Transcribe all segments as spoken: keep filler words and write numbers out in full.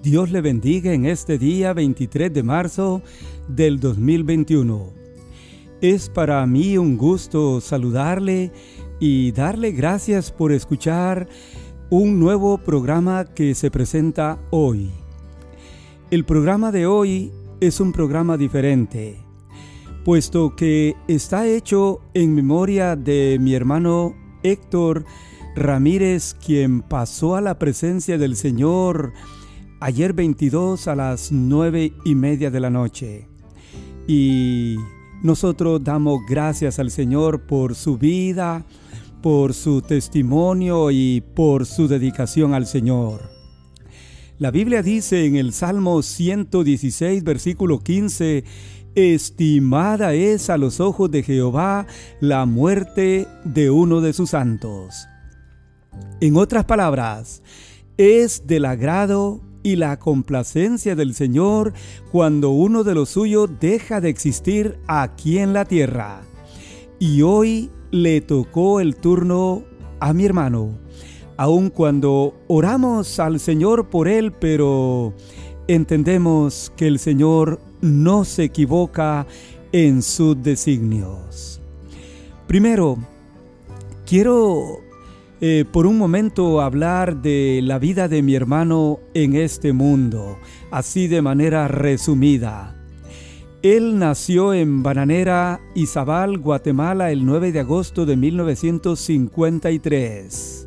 Dios le bendiga en este día veintitrés de marzo del dos mil veintiuno. Es para mí un gusto saludarle y darle gracias por escuchar un nuevo programa que se presenta hoy. El programa de hoy es un programa diferente, puesto que está hecho en memoria de mi hermano Héctor Ramírez, quien pasó a la presencia del Señor ayer veintidós a las nueve y media de la noche. Y nosotros damos gracias al Señor por su vida, por su testimonio y por su dedicación al Señor. La Biblia dice en el Salmo ciento dieciséis, versículo quince, estimada es a los ojos de Jehová la muerte de uno de sus santos. En otras palabras, es del agrado y la complacencia del Señor cuando uno de los suyos deja de existir aquí en la tierra. Y hoy le tocó el turno a mi hermano, aun cuando oramos al Señor por él, pero entendemos que el Señor no se equivoca en sus designios. Primero, quiero Eh, por un momento hablar de la vida de mi hermano en este mundo, así de manera resumida. Él nació en Bananera, Izabal, Guatemala, el nueve de agosto de mil novecientos cincuenta y tres.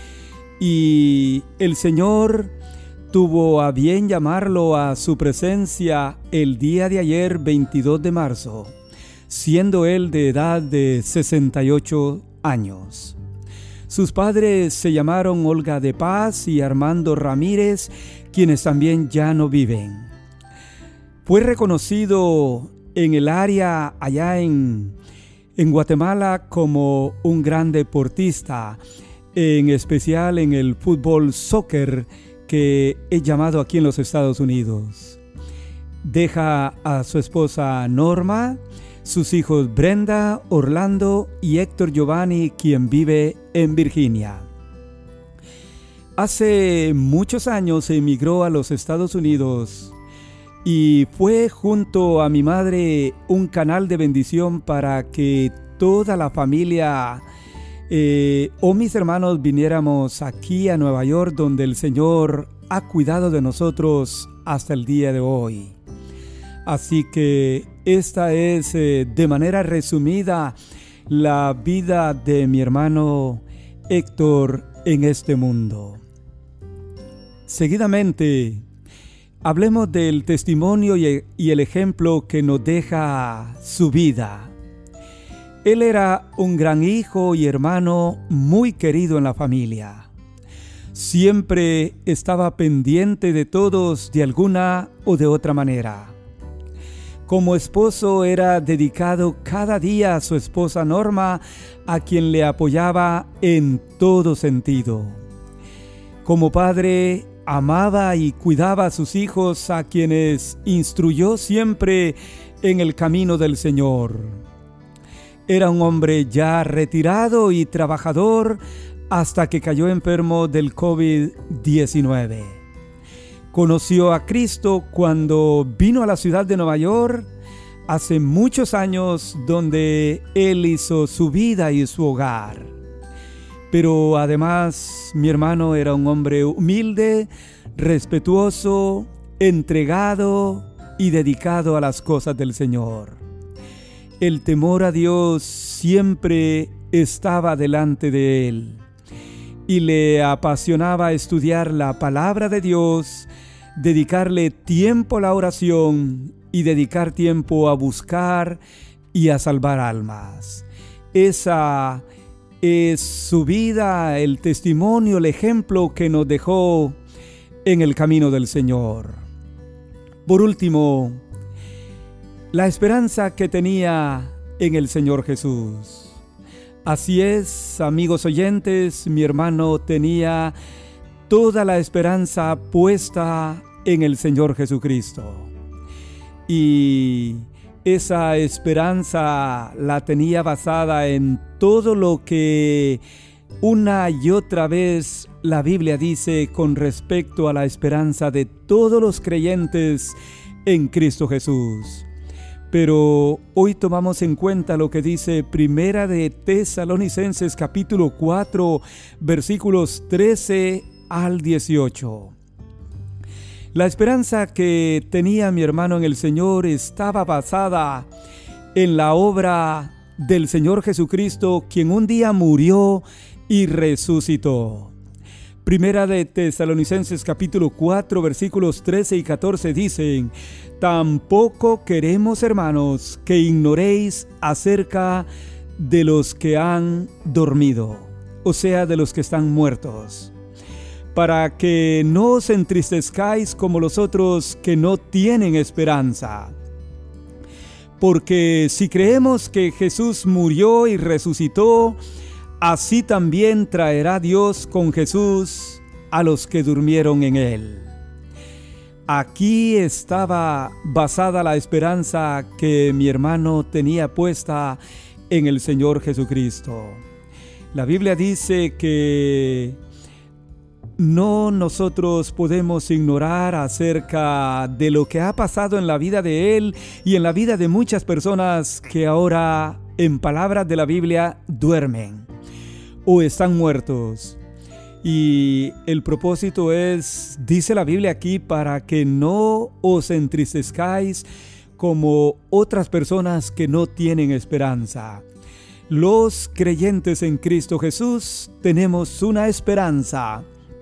Y el Señor tuvo a bien llamarlo a su presencia el día de ayer, veintidós de marzo, siendo él de edad de sesenta y ocho años. Sus padres se llamaron Olga de Paz y Armando Ramírez, quienes también ya no viven. Fue reconocido en el área allá en, en Guatemala como un gran deportista, en especial en el fútbol soccer, que es llamado aquí en los Estados Unidos. Deja a su esposa Norma, sus hijos Brenda, Orlando y Héctor Giovanni, quien vive en Virginia. Hace muchos años emigró a los Estados Unidos y fue junto a mi madre un canal de bendición para que toda la familia eh, o mis hermanos viniéramos aquí a Nueva York, donde el Señor ha cuidado de nosotros hasta el día de hoy. Así que esta es, eh, de manera resumida, la vida de mi hermano Héctor en este mundo. Seguidamente, hablemos del testimonio y, y el ejemplo que nos deja su vida. Él era un gran hijo y hermano muy querido en la familia. Siempre estaba pendiente de todos de alguna o de otra manera. Como esposo era dedicado cada día a su esposa Norma, a quien le apoyaba en todo sentido. Como padre, amaba y cuidaba a sus hijos, a quienes instruyó siempre en el camino del Señor. Era un hombre ya retirado y trabajador hasta que cayó enfermo del COVID diecinueve. Conoció a Cristo cuando vino a la ciudad de Nueva York hace muchos años, donde él hizo su vida y su hogar. Pero además, mi hermano era un hombre humilde, respetuoso, entregado y dedicado a las cosas del Señor. El temor a Dios siempre estaba delante de él y le apasionaba estudiar la palabra de Dios, dedicarle tiempo a la oración y dedicar tiempo a buscar y a salvar almas. Esa es su vida, el testimonio, el ejemplo que nos dejó en el camino del Señor. Por último, la esperanza que tenía en el Señor Jesús. Así es, amigos oyentes, mi hermano tenía toda la esperanza puesta en el Señor Jesucristo. Y esa esperanza la tenía basada en todo lo que Una y otra vez la Biblia dice con respecto a la esperanza de todos los creyentes en Cristo Jesús. Pero hoy tomamos en cuenta lo que dice Primera de Tesalonicenses capítulo cuatro, versículos trece al dieciocho. La esperanza que tenía mi hermano en el Señor estaba basada en la obra del Señor Jesucristo, quien un día murió y resucitó. Primera de Tesalonicenses capítulo cuatro, versículos trece y catorce dicen: tampoco queremos, hermanos, que ignoréis acerca de los que han dormido, o sea, de los que están muertos, para que no os entristezcáis como los otros que no tienen esperanza. Porque si creemos que Jesús murió y resucitó, así también traerá Dios con Jesús a los que durmieron en Él. Aquí estaba basada la esperanza que mi hermano tenía puesta en el Señor Jesucristo. La Biblia dice que no nosotros podemos ignorar acerca de lo que ha pasado en la vida de Él y en la vida de muchas personas que ahora, en palabras de la Biblia, duermen o están muertos. Y el propósito es, dice la Biblia aquí, para que no os entristezcáis como otras personas que no tienen esperanza. Los creyentes en Cristo Jesús tenemos una esperanza.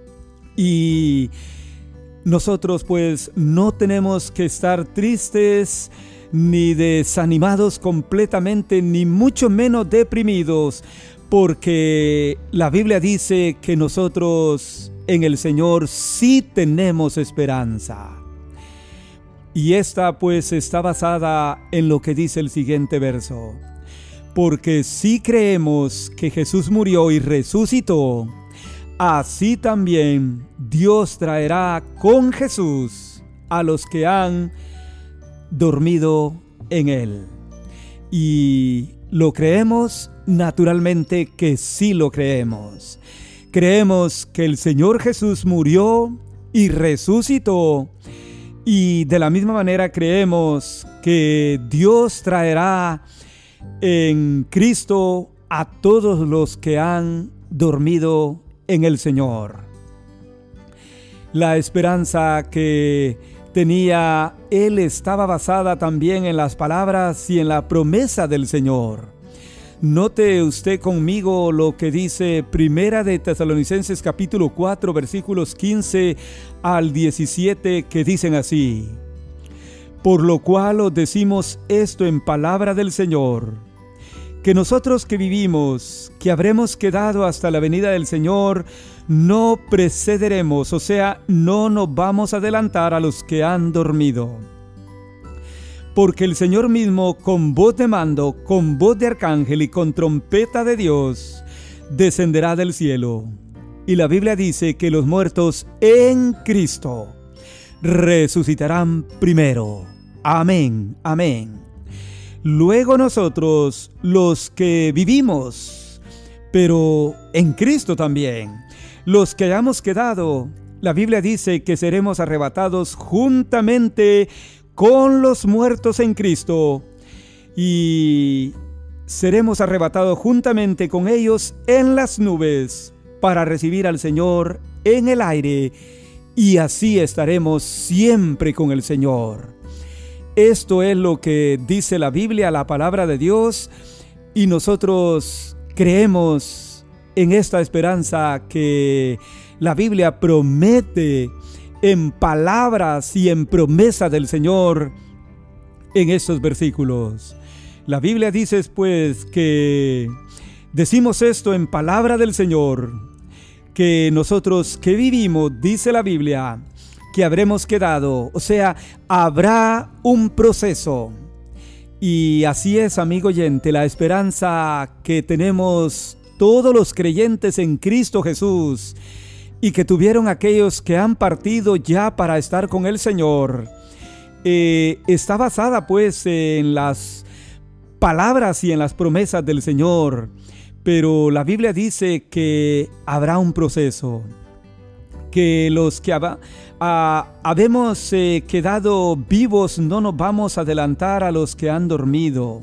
Y nosotros pues no tenemos que estar tristes ni desanimados completamente, ni mucho menos deprimidos, porque la Biblia dice que nosotros en el Señor sí tenemos esperanza. Y esta pues está basada en lo que dice el siguiente verso: porque si creemos que Jesús murió y resucitó, así también Dios traerá con Jesús a los que han dormido en Él. Y lo creemos, naturalmente que sí lo creemos. Creemos que el Señor Jesús murió y resucitó. Y de la misma manera creemos que Dios traerá en Cristo a todos los que han dormido en el Señor. La esperanza que tenía él estaba basada también en las palabras y en la promesa del Señor. Note usted conmigo lo que dice Primera de Tesalonicenses capítulo cuatro, versículos quince al diecisiete, que dicen así: por lo cual os decimos esto en palabra del Señor, que nosotros que vivimos, que habremos quedado hasta la venida del Señor, no precederemos, o sea, no nos vamos a adelantar a los que han dormido. Porque el Señor mismo, con voz de mando, con voz de arcángel y con trompeta de Dios, descenderá del cielo. Y la Biblia dice que los muertos en Cristo resucitarán primero. Amén, amén. Luego nosotros, los que vivimos, pero en Cristo también, los que hayamos quedado, la Biblia dice que seremos arrebatados juntamente con los muertos en Cristo, y seremos arrebatados juntamente con ellos en las nubes para recibir al Señor en el aire, y así estaremos siempre con el Señor. Esto es lo que dice la Biblia, la palabra de Dios, y nosotros creemos en esta esperanza que la Biblia promete en palabras y en promesa del Señor en estos versículos. La Biblia dice pues que decimos esto en palabra del Señor, que nosotros que vivimos, dice la Biblia, que habremos quedado, o sea, habrá un proceso. Y así es, amigo oyente, la esperanza que tenemos todos los creyentes en Cristo Jesús y que tuvieron aquellos que han partido ya para estar con el Señor, eh, está basada pues en las palabras y en las promesas del Señor. pero la Biblia dice que habrá un proceso, que los que hab ah, habemos eh, quedado vivos no nos vamos a adelantar a los que han dormido,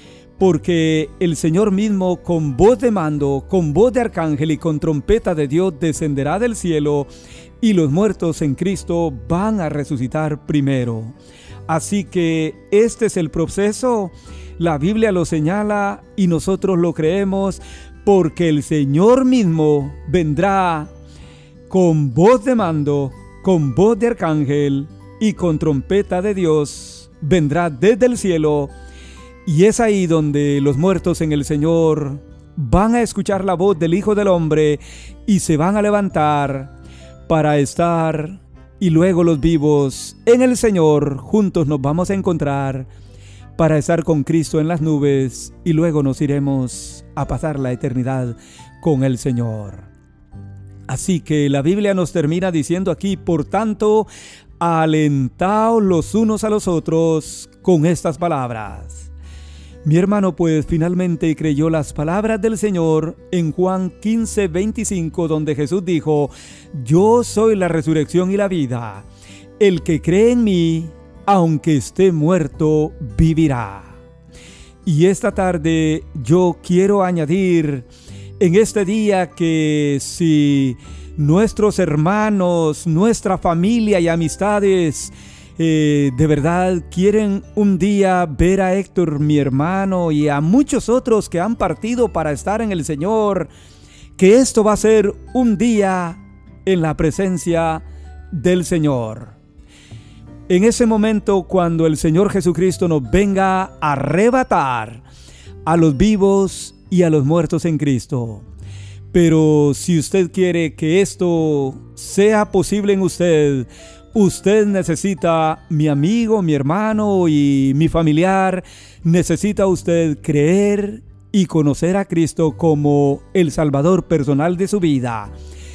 porque el Señor mismo con voz de mando, con voz de arcángel y con trompeta de Dios descenderá del cielo, y los muertos en Cristo van a resucitar primero. Así que este es el proceso, la Biblia lo señala y nosotros lo creemos, porque el Señor mismo vendrá con voz de mando, con voz de arcángel y con trompeta de Dios, vendrá desde el cielo. Y es ahí donde los muertos en el Señor van a escuchar la voz del Hijo del Hombre y se van a levantar para estar, y luego los vivos en el Señor juntos nos vamos a encontrar para estar con Cristo en las nubes, y luego nos iremos a pasar la eternidad con el Señor. Así que la Biblia nos termina diciendo aquí: por tanto, alentaos los unos a los otros con estas palabras. Mi hermano pues finalmente creyó las palabras del Señor en Juan quince, veinticinco, donde Jesús dijo: yo soy la resurrección y la vida. El que cree en mí, aunque esté muerto, vivirá. Y esta tarde yo quiero añadir en este día que si nuestros hermanos, nuestra familia y amistades Eh, de verdad quieren un día ver a Héctor, mi hermano, y a muchos otros que han partido para estar en el Señor, que esto va a ser un día en la presencia del Señor. En ese momento, cuando el Señor Jesucristo nos venga a arrebatar a los vivos y a los muertos en Cristo. Pero si usted quiere que esto sea posible en usted, usted necesita, mi amigo, mi hermano y mi familiar, necesita usted creer y conocer a Cristo como el Salvador personal de su vida.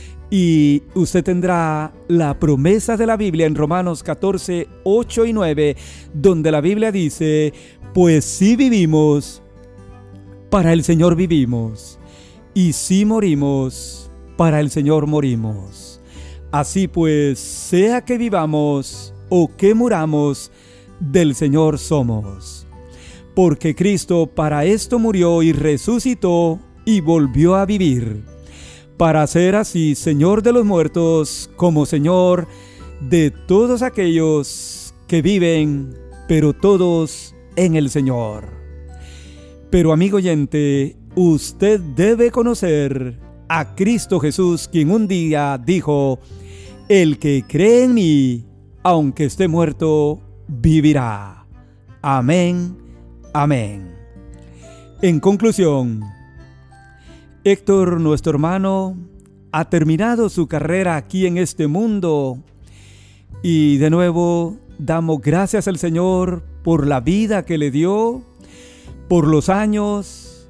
Y usted tendrá la promesa de la Biblia en Romanos catorce, ocho y nueve, donde la Biblia dice: pues si vivimos, para el Señor vivimos, y si morimos, para el Señor morimos. Así pues, sea que vivamos o que muramos, del Señor somos. Porque Cristo para esto murió y resucitó y volvió a vivir, para ser así Señor de los muertos como Señor de todos aquellos que viven, pero todos en el Señor. Pero amigo oyente, usted debe conocer a Cristo Jesús, quien un día dijo: el que cree en mí, aunque esté muerto, vivirá. Amén, amén. En conclusión, Héctor, nuestro hermano, ha terminado su carrera aquí en este mundo, y de nuevo damos gracias al Señor por la vida que le dio, por los años,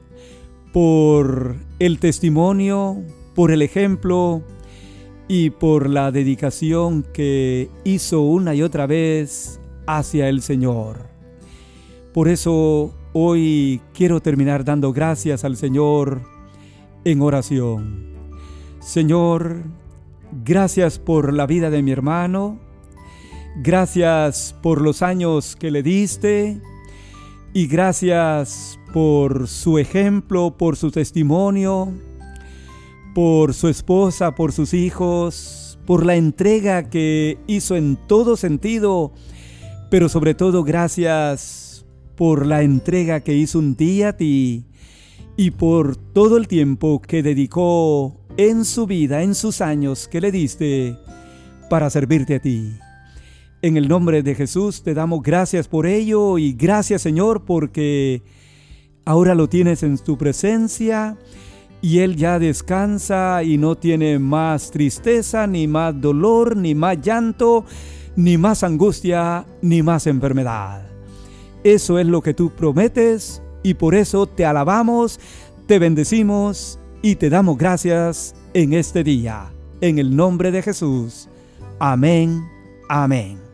por el testimonio, por el ejemplo y por la dedicación que hizo una y otra vez hacia el Señor. Por eso hoy quiero terminar dando gracias al Señor en oración. Señor, gracias por la vida de mi hermano, gracias por los años que le diste, y gracias por su ejemplo, por su testimonio, por su esposa, por sus hijos, por la entrega que hizo en todo sentido, pero sobre todo gracias por la entrega que hizo un día a ti, y por todo el tiempo que dedicó en su vida, en sus años que le diste para servirte a ti. En el nombre de Jesús te damos gracias por ello, y gracias, Señor, porque ahora lo tienes en tu presencia y Él ya descansa y no tiene más tristeza, ni más dolor, ni más llanto, ni más angustia, ni más enfermedad. Eso es lo que tú prometes, y por eso te alabamos, te bendecimos y te damos gracias en este día. En el nombre de Jesús. Amén. Amén.